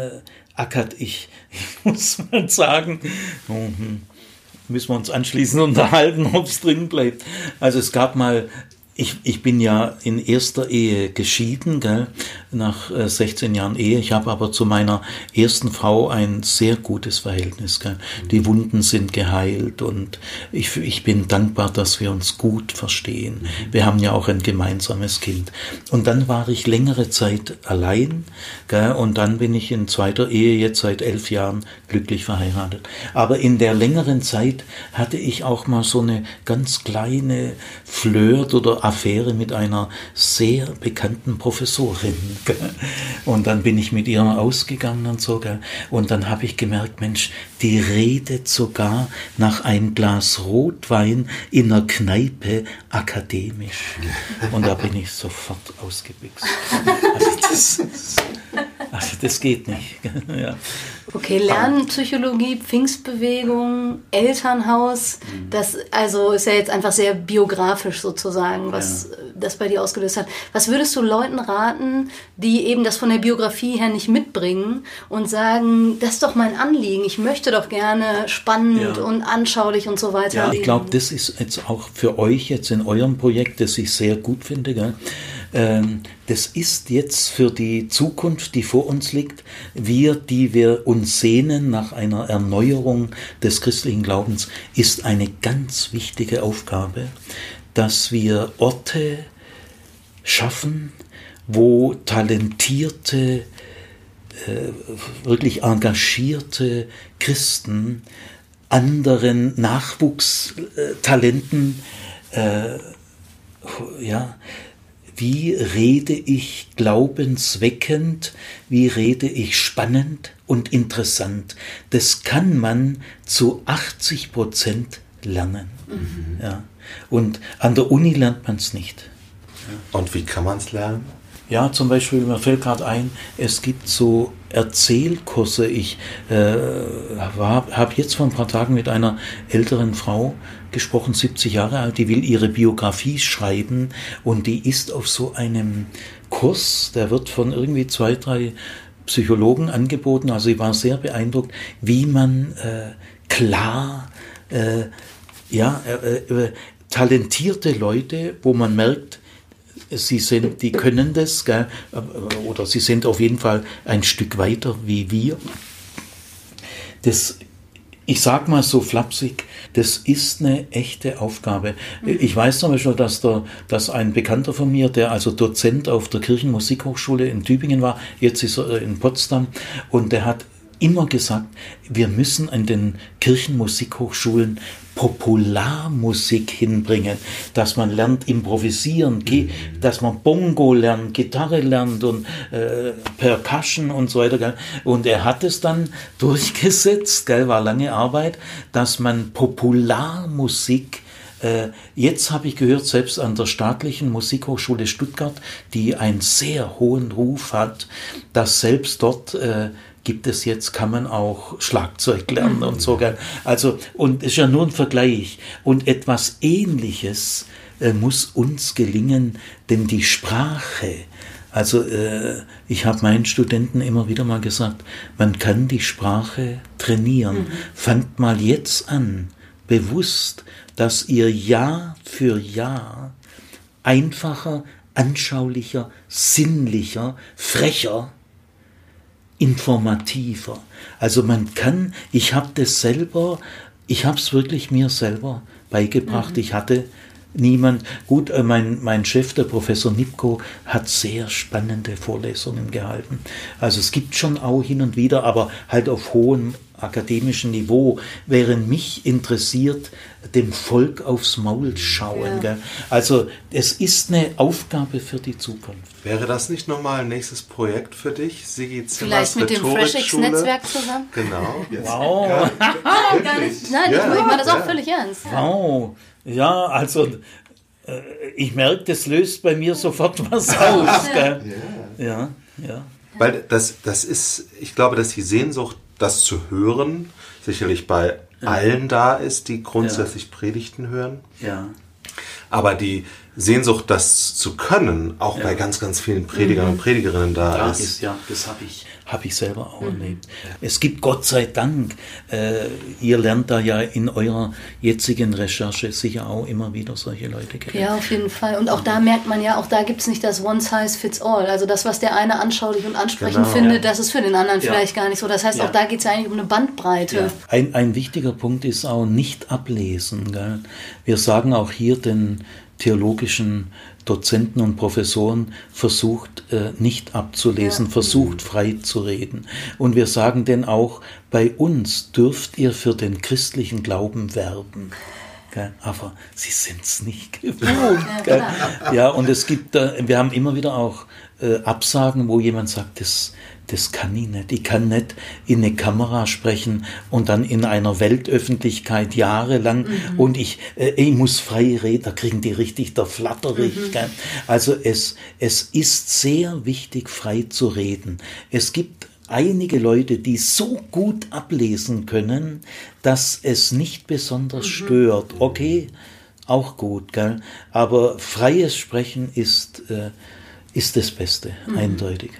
ich muss mal sagen, müssen wir uns anschließend unterhalten, ob es drin bleibt. Also es gab mal, ich bin ja in erster Ehe geschieden, gell, nach 16 Jahren Ehe. Ich habe aber zu meiner ersten Frau ein sehr gutes Verhältnis. Gell. Die Wunden sind geheilt und ich bin dankbar, dass wir uns gut verstehen. Wir haben ja auch ein gemeinsames Kind. Und dann war ich längere Zeit allein, gell, und dann bin ich in zweiter Ehe jetzt seit 11 Jahren glücklich verheiratet. Aber in der längeren Zeit hatte ich auch mal so eine ganz kleine Flirt oder Affäre mit einer sehr bekannten Professorin. Gell? Und dann bin ich mit ihr ausgegangen und so. Gell? Und dann habe ich gemerkt, Mensch, die redet sogar nach einem Glas Rotwein in einer Kneipe akademisch. Und da bin ich sofort ausgebüxt. Also das geht nicht. Ja. Okay, Lernen, Psychologie, Pfingstbewegung, Elternhaus, das also ist ja jetzt einfach sehr biografisch sozusagen, was das bei dir ausgelöst hat. Was würdest du Leuten raten, die eben das von der Biografie her nicht mitbringen und sagen, das ist doch mein Anliegen, ich möchte doch gerne spannend und anschaulich und so weiter. Ja, ich glaube, das ist jetzt auch für euch jetzt in eurem Projekt, das ich sehr gut finde, gell? Das ist jetzt für die Zukunft, die vor uns liegt, die wir uns sehnen nach einer Erneuerung des christlichen Glaubens, ist eine ganz wichtige Aufgabe, dass wir Orte schaffen, wo talentierte, wirklich engagierte Christen anderen Nachwuchstalenten wie rede ich glaubensweckend, wie rede ich spannend und interessant. Das kann man zu 80% lernen. Ja. Und an der Uni lernt man es nicht. Und wie kann man es lernen? Ja, zum Beispiel, mir fällt gerade ein, es gibt so Erzählkurse. Ich habe jetzt vor ein paar Tagen mit einer älteren Frau gesprochen, 70 Jahre alt, die will ihre Biografie schreiben und die ist auf so einem Kurs, der wird von irgendwie 2, 3 Psychologen angeboten. Also ich war sehr beeindruckt, wie man talentierte Leute, wo man merkt, die können das, gell? Oder sie sind auf jeden Fall ein Stück weiter wie wir. Ich sag mal so flapsig, das ist eine echte Aufgabe. Ich weiß zum Beispiel, dass ein Bekannter von mir, der also Dozent auf der Kirchenmusikhochschule in Tübingen war, jetzt ist er in Potsdam, und der hat immer gesagt, wir müssen an den Kirchenmusikhochschulen Popularmusik hinbringen, dass man lernt improvisieren, dass man Bongo lernt, Gitarre lernt und Percussion und so weiter. Gell? Und er hat es dann durchgesetzt, gell, war lange Arbeit, dass man Popularmusik, jetzt habe ich gehört, selbst an der Staatlichen Musikhochschule Stuttgart, die einen sehr hohen Ruf hat, dass selbst dort gibt es jetzt, kann man auch Schlagzeug lernen und so. Also, und es ist ja nur ein Vergleich. Und etwas Ähnliches muss uns gelingen, denn die Sprache, also ich habe meinen Studenten immer wieder mal gesagt, man kann die Sprache trainieren. Fangt mal jetzt an, bewusst, dass ihr Jahr für Jahr einfacher, anschaulicher, sinnlicher, frecher, informativer. Also man kann, ich habe es wirklich mir selber beigebracht. Ich hatte niemand, gut, mein Chef, der Professor Nipko, hat sehr spannende Vorlesungen gehalten. Also es gibt schon auch hin und wieder, aber halt auf hohem akademischen Niveau, während mich interessiert, dem Volk aufs Maul schauen. Ja. Also es ist eine Aufgabe für die Zukunft. Wäre das nicht nochmal ein nächstes Projekt für dich, Sigi Zimmers? Vielleicht mit dem FreshX-Netzwerk zusammen? Genau. Jetzt. Wow. Gar nicht. Nein, ich meine das auch völlig ernst. Wow. Ja, also ich merke, das löst bei mir sofort was aus. Gell? Ja. Weil das ist, ich glaube, dass die Sehnsucht, das zu hören, sicherlich bei allen da ist, die grundsätzlich Predigten hören. Ja. Aber die Sehnsucht, das zu können, auch bei ganz, ganz vielen Predigern und Predigerinnen da ist. Ja, das habe ich selber auch erlebt. Es gibt Gott sei Dank, ihr lernt da ja in eurer jetzigen Recherche sicher auch immer wieder solche Leute kennen. Ja, auf jeden Fall. Und auch da merkt man ja, auch da gibt es nicht das One Size Fits All. Also das, was der eine anschaulich und ansprechend findet, das ist für den anderen vielleicht gar nicht so. Das heißt, auch da geht es ja eigentlich um eine Bandbreite. Ja. Ein wichtiger Punkt ist auch nicht ablesen. Gell? Wir sagen auch hier den theologischen Dozenten und Professoren, versucht nicht abzulesen, versucht frei zu reden. Und wir sagen denn auch, bei uns dürft ihr für den christlichen Glauben werben. Aber sie sind es nicht gewohnt. Ja, und es gibt, wir haben immer wieder auch Absagen, wo jemand sagt, das kann ich nicht. Ich kann nicht in eine Kamera sprechen und dann in einer Weltöffentlichkeit jahrelang und ich muss frei reden, da kriegen die richtig der Flatterich. Also es ist sehr wichtig, frei zu reden. Es gibt einige Leute, die so gut ablesen können, dass es nicht besonders stört. Okay, auch gut, gell? Aber freies Sprechen ist das Beste, eindeutig.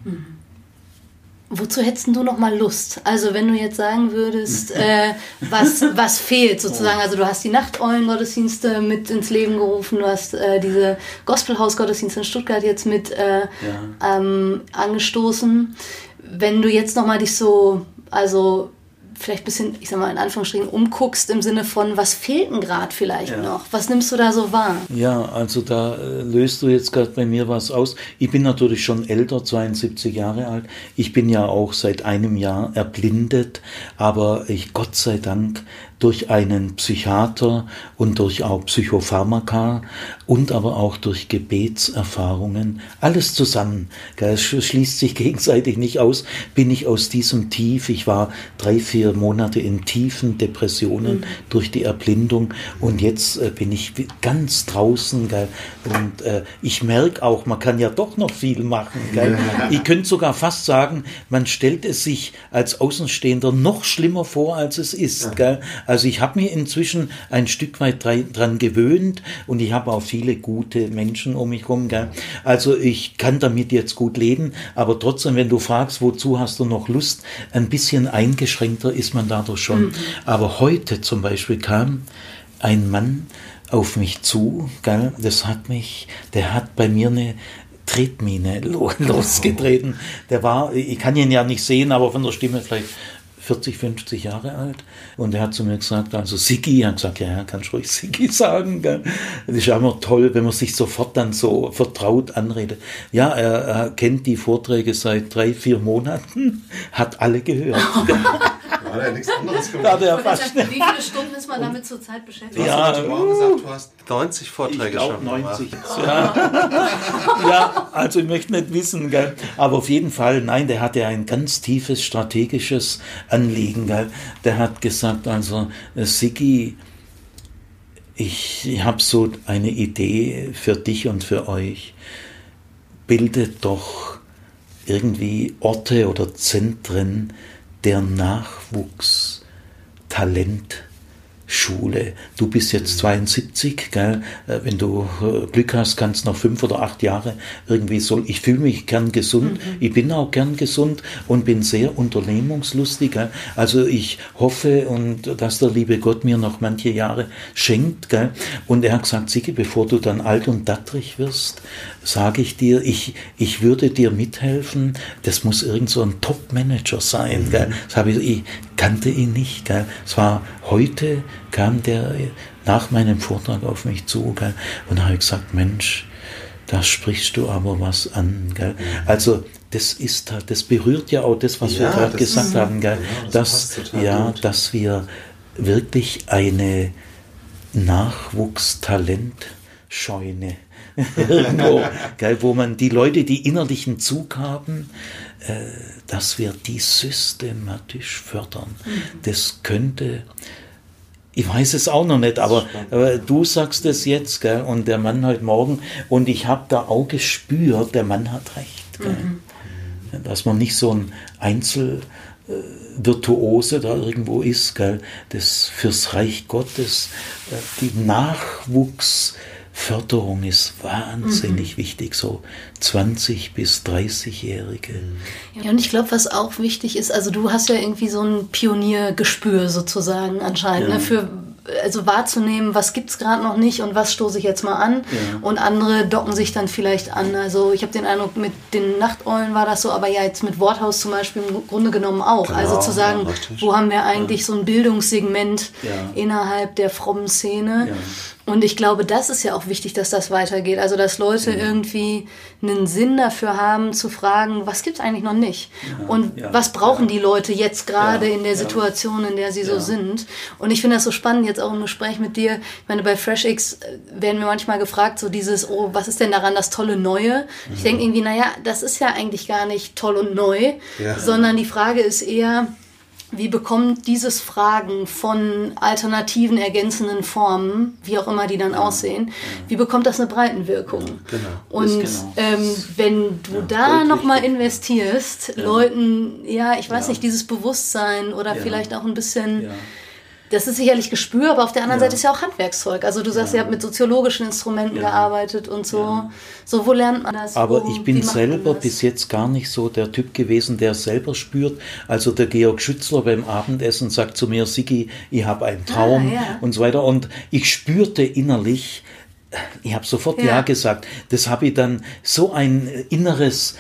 Wozu hättest du noch mal Lust? Also wenn du jetzt sagen würdest, was fehlt sozusagen. Also du hast die Nachteulen-Gottesdienste mit ins Leben gerufen, du hast diese Gospelhaus-Gottesdienste in Stuttgart jetzt mit angestoßen. Wenn du jetzt noch mal dich so, also vielleicht ein bisschen, ich sag mal in Anführungsstrichen, umguckst im Sinne von, was fehlt denn gerade vielleicht noch? Was nimmst du da so wahr? Ja, also da löst du jetzt gerade bei mir was aus. Ich bin natürlich schon älter, 72 Jahre alt. Ich bin ja auch seit einem Jahr erblindet, aber Gott sei Dank durch einen Psychiater und durch auch Psychopharmaka und aber auch durch Gebetserfahrungen, alles zusammen, es schließt sich gegenseitig nicht aus, bin ich aus diesem Tief, ich war 3-4 Monate in tiefen Depressionen durch die Erblindung und jetzt bin ich ganz draußen, und ich merke auch, man kann ja doch noch viel machen. Ich könnte sogar fast sagen, man stellt es sich als Außenstehender noch schlimmer vor, als es ist. Also ich habe mir inzwischen ein Stück weit dran gewöhnt und ich habe auch viele gute Menschen um mich herum. Also ich kann damit jetzt gut leben, aber trotzdem, wenn du fragst, wozu hast du noch Lust, ein bisschen eingeschränkter ist man dadurch schon. Aber heute zum Beispiel kam ein Mann auf mich zu, der hat bei mir eine Tretmine losgetreten. Der war, ich kann ihn ja nicht sehen, aber von der Stimme vielleicht 40, 50 Jahre alt. Und er hat zu mir gesagt, also Sigi, er hat gesagt, ja, kannst du ruhig Sigi sagen. Gell? Das ist immer toll, wenn man sich sofort dann so vertraut anredet. Ja, er kennt die Vorträge seit 3-4 Monaten, hat alle gehört. Da hat er nichts anderes gemacht. Wie viele Stunden ist man damit zur Zeit beschäftigt? Du hast heute Morgen gesagt, du hast 90 Vorträge schon 90. Ja, also ich möchte nicht wissen, gell? Aber auf jeden Fall, nein, der hatte ein ganz tiefes strategisches Anliegen. Gell? Der hat gesagt, also Sigi, ich habe so eine Idee für dich und für euch. Bildet doch irgendwie Orte oder Zentren der Nachwuchstalentschule. Du bist jetzt 72, gell? Wenn du Glück hast, kannst noch 5 oder 8 Jahre irgendwie so. Ich fühle mich gern gesund. Ich bin auch gern gesund und bin sehr unternehmungslustig. Gell? Also ich hoffe, und dass der liebe Gott mir noch manche Jahre schenkt. Gell? Und er hat gesagt, Sigi, bevor du dann alt und dattrig wirst, sage ich dir, ich würde dir mithelfen. Das muss irgend so ein Top-Manager sein. Gell? Das habe ich kannte ihn nicht. Gell? Es war heute, kam der nach meinem Vortrag auf mich zu, gell? Und da habe ich gesagt, Mensch, da sprichst du aber was an. Gell? Also das berührt ja auch das, was wir gerade gesagt haben, gell? Genau, dass wir wirklich eine Nachwuchstalentscheune irgendwo, gell, wo man die Leute, die innerlichen Zug haben, dass wir die systematisch fördern. Das könnte, ich weiß es auch noch nicht, aber du sagst es jetzt, gell, und der Mann heute Morgen, und ich habe da auch gespürt, der Mann hat recht, gell, dass man nicht so ein Virtuose da irgendwo ist, gell, das fürs Reich Gottes, die Nachwuchsförderung ist wahnsinnig wichtig, so 20- bis 30-Jährige. Ja, und ich glaube, was auch wichtig ist, also du hast ja irgendwie so ein Pioniergespür sozusagen anscheinend, ne, für also wahrzunehmen, was gibt es gerade noch nicht und was stoße ich jetzt mal an. Und andere docken sich dann vielleicht an. Also ich habe den Eindruck, mit den Nachteulen war das so, aber ja jetzt mit Worthaus zum Beispiel im Grunde genommen auch. Genau, also zu sagen, wo haben wir eigentlich so ein Bildungssegment innerhalb der frommen Szene. Und ich glaube, das ist ja auch wichtig, dass das weitergeht. Also dass Leute irgendwie einen Sinn dafür haben, zu fragen, was gibt es eigentlich noch nicht? Und was brauchen die Leute jetzt gerade in der Situation, in der sie so sind? Und ich finde das so spannend, jetzt auch im Gespräch mit dir. Ich meine, bei FreshX werden wir manchmal gefragt, so dieses, oh, was ist denn daran das tolle Neue? Ich denke irgendwie, naja, das ist ja eigentlich gar nicht toll und neu, sondern die Frage ist eher, wie bekommt dieses Fragen von alternativen, ergänzenden Formen, wie auch immer die dann aussehen, wie bekommt das eine Breitenwirkung? Und wenn du da nochmal investierst, Leuten, ich weiß nicht, dieses Bewusstsein oder vielleicht auch ein bisschen... Das ist sicherlich Gespür, aber auf der anderen Seite ist ja auch Handwerkszeug. Also du sagst, ihr habt mit soziologischen Instrumenten gearbeitet und so. So, wo lernt man das? Aber ich bin selber bis jetzt gar nicht so der Typ gewesen, der selber spürt. Also der Georg Schützler beim Abendessen sagt zu mir, Sigi, ich habe einen Traum und so weiter. Und ich spürte innerlich, ich habe sofort Ja gesagt. Das habe ich dann so ein inneres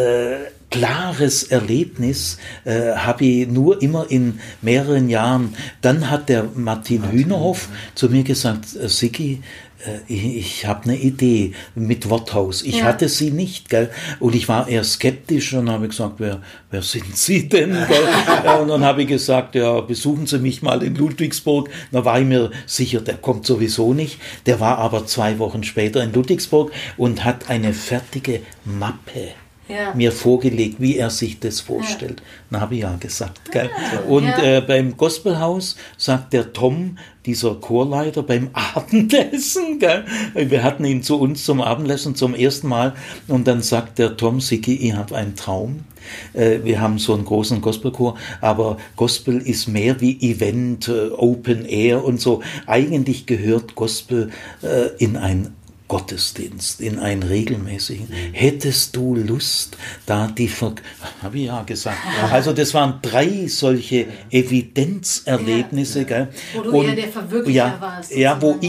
klares Erlebnis habe ich nur immer in mehreren Jahren. Dann hat der Martin Hühnerhoff zu mir gesagt, Sigi, ich habe eine Idee mit Worthaus. Ich hatte sie nicht, gell? Und ich war eher skeptisch und habe gesagt, wer sind Sie denn? Gell? Und dann habe ich gesagt, ja, besuchen Sie mich mal in Ludwigsburg. Da war ich mir sicher, der kommt sowieso nicht. Der war aber 2 Wochen später in Ludwigsburg und hat eine fertige Mappe mir vorgelegt, wie er sich das vorstellt. Dann habe ich ja gesagt. Gell? Und beim Gospelhaus sagt der Tom, dieser Chorleiter, beim Abendessen, gell? Wir hatten ihn zu uns zum Abendessen zum ersten Mal und dann sagt der Tom, Sigi, ich habe einen Traum. Wir haben so einen großen Gospelchor, aber Gospel ist mehr wie Event, Open Air und so. Eigentlich gehört Gospel in ein Gottesdienst, in einen regelmäßigen. Hättest du Lust, da habe ich ja gesagt. Also das waren 3 solche Evidenzerlebnisse. Gell? Wo du eher der Verwirklicher warst. Ja, wo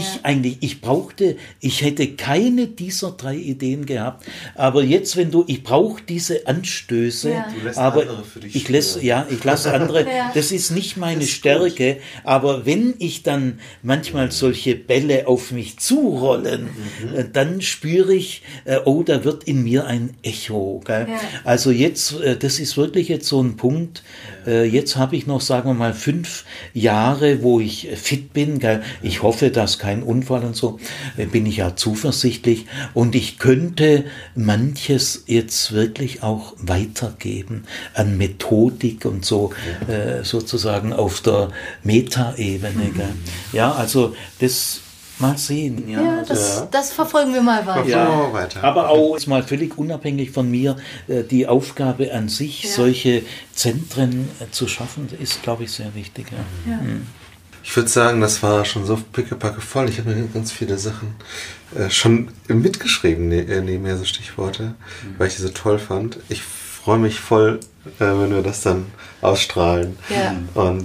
ich hätte keine dieser 3 Ideen gehabt. Aber jetzt, ich brauche diese Anstöße. Du lässt aber andere für dich ich lasse andere. Das ist nicht meine Stärke. Aber wenn ich dann manchmal solche Bälle auf mich zurollen, dann spüre ich, da wird in mir ein Echo. Gell? Ja. Also jetzt, das ist wirklich jetzt so ein Punkt, jetzt habe ich noch, sagen wir mal, 5 Jahre, wo ich fit bin. Gell? Ich hoffe, dass kein Unfall und so, bin ich ja zuversichtlich. Und ich könnte manches jetzt wirklich auch weitergeben an Methodik und so, sozusagen auf der Metaebene. Gell? Ja, also das mal sehen. Ja, das verfolgen wir mal weiter. Ja, aber auch jetzt mal völlig unabhängig von mir, die Aufgabe an sich, solche Zentren zu schaffen, ist, glaube ich, sehr wichtig. Ja. Ja. Ich würde sagen, das war schon so pickepacke voll. Ich habe mir ganz viele Sachen schon mitgeschrieben, nebenher so Stichworte, weil ich die so toll fand. Ich freue mich voll, wenn wir das dann ausstrahlen und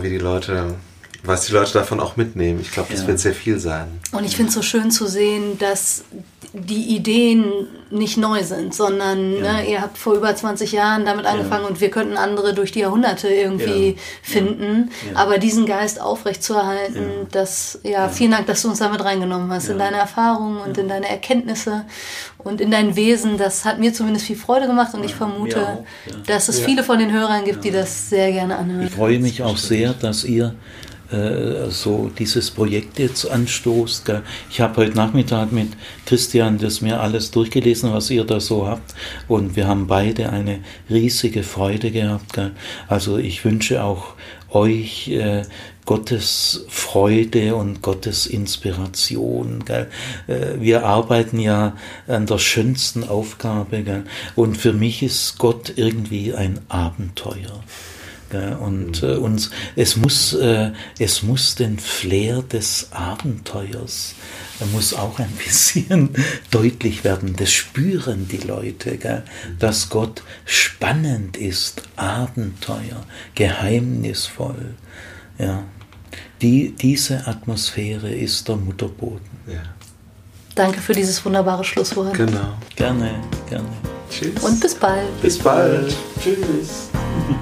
was die Leute davon auch mitnehmen. Ich glaube, das wird sehr viel sein. Und ich finde es so schön zu sehen, dass die Ideen nicht neu sind, sondern ihr habt vor über 20 Jahren damit angefangen und wir könnten andere durch die Jahrhunderte irgendwie finden. Ja. Aber diesen Geist aufrechtzuerhalten, vielen Dank, dass du uns damit reingenommen hast, in deine Erfahrungen und in deine Erkenntnisse und in dein Wesen. Das hat mir zumindest viel Freude gemacht und ich vermute, dass es viele von den Hörern gibt, die das sehr gerne anhören. Ich freue mich auch sehr, dass ihr so dieses Projekt jetzt anstoßt. Gell. Ich habe heute Nachmittag mit Christian das mir alles durchgelesen, was ihr da so habt, und wir haben beide eine riesige Freude gehabt. Gell. Also ich wünsche auch euch Gottes Freude und Gottes Inspiration. Gell. Wir arbeiten ja an der schönsten Aufgabe, gell. Und für mich ist Gott irgendwie ein Abenteuer. Und es muss den Flair des Abenteuers muss auch ein bisschen deutlich werden. Das spüren die Leute, gell? Dass Gott spannend ist, Abenteuer, geheimnisvoll. Ja. Diese Atmosphäre ist der Mutterboden. Ja. Danke für dieses wunderbare Schlusswort. Genau. Gerne. Tschüss. Und bis bald. Bis bald. Tschüss.